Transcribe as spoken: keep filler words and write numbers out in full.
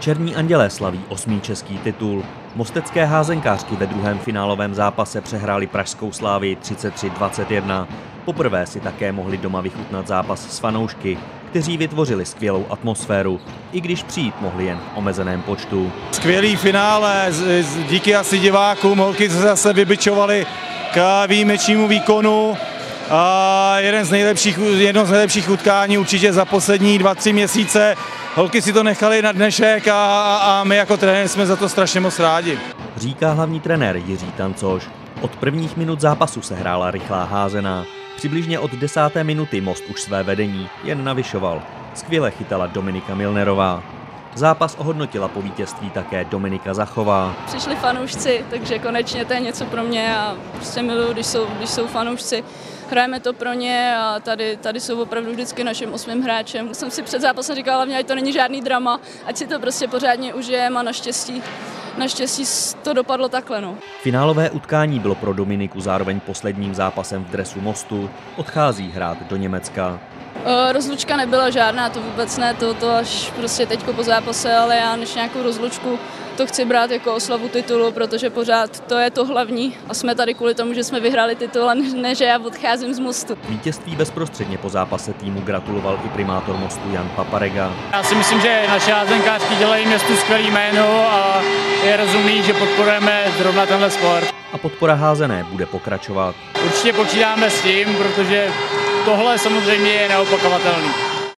Černí andělé slaví osmý český titul. Mostecké házenkářky ve druhém finálovém zápase přehráli pražskou Slávii třicet tři dvacet jedna. Poprvé si také mohli doma vychutnat zápas s fanoušky, kteří vytvořili skvělou atmosféru, i když přijít mohli jen v omezeném počtu. Skvělý finále, díky asi divákům, holky se zase vybičovaly k výjimečnému výkonu. A jeden z nejlepších, jedno z nejlepších utkání určitě za poslední dva, tři měsíce. Holky si to nechali na dnešek a, a my jako trenér jsme za to strašně moc rádi. Říká hlavní trenér Jiří Tancoš. Od prvních minut zápasu se hrála rychlá házená. Přibližně od desáté minuty Most už své vedení jen navyšoval. Skvěle chytala Dominika Milnerová. Zápas ohodnotila po vítězství také Dominika Zachová. Přišli fanoušci, takže konečně to je něco pro mě a prostě miluju, když jsou, když jsou fanoušci. Hrajeme to pro ně a tady, tady jsou opravdu vždycky naším osmým hráčem. Jsem si před zápasem říkala, hlavně, ať to není žádný drama, ať si to prostě pořádně užijeme a naštěstí, naštěstí to dopadlo takhle. No. Finálové utkání bylo pro Dominiku zároveň posledním zápasem v dresu Mostu. Odchází hrát do Německa. Rozlučka nebyla žádná, to vůbec ne, to, to až prostě teďko po zápase, ale já než nějakou rozlučku to chci brát jako oslavu titulu, protože pořád to je to hlavní a jsme tady kvůli tomu, že jsme vyhráli titul a ne, že já odcházím z Mostu. Vítězství bezprostředně po zápase týmu gratuloval i primátor Mostu Jan Paparega. Já si myslím, že naše házenkářky dělají městu skvělý jméno a je rozumný, že podporujeme zrovna tenhle sport. A podpora házené bude pokračovat. Určitě počítáme s tím, protože tohle samozřejmě je neopakovatelné.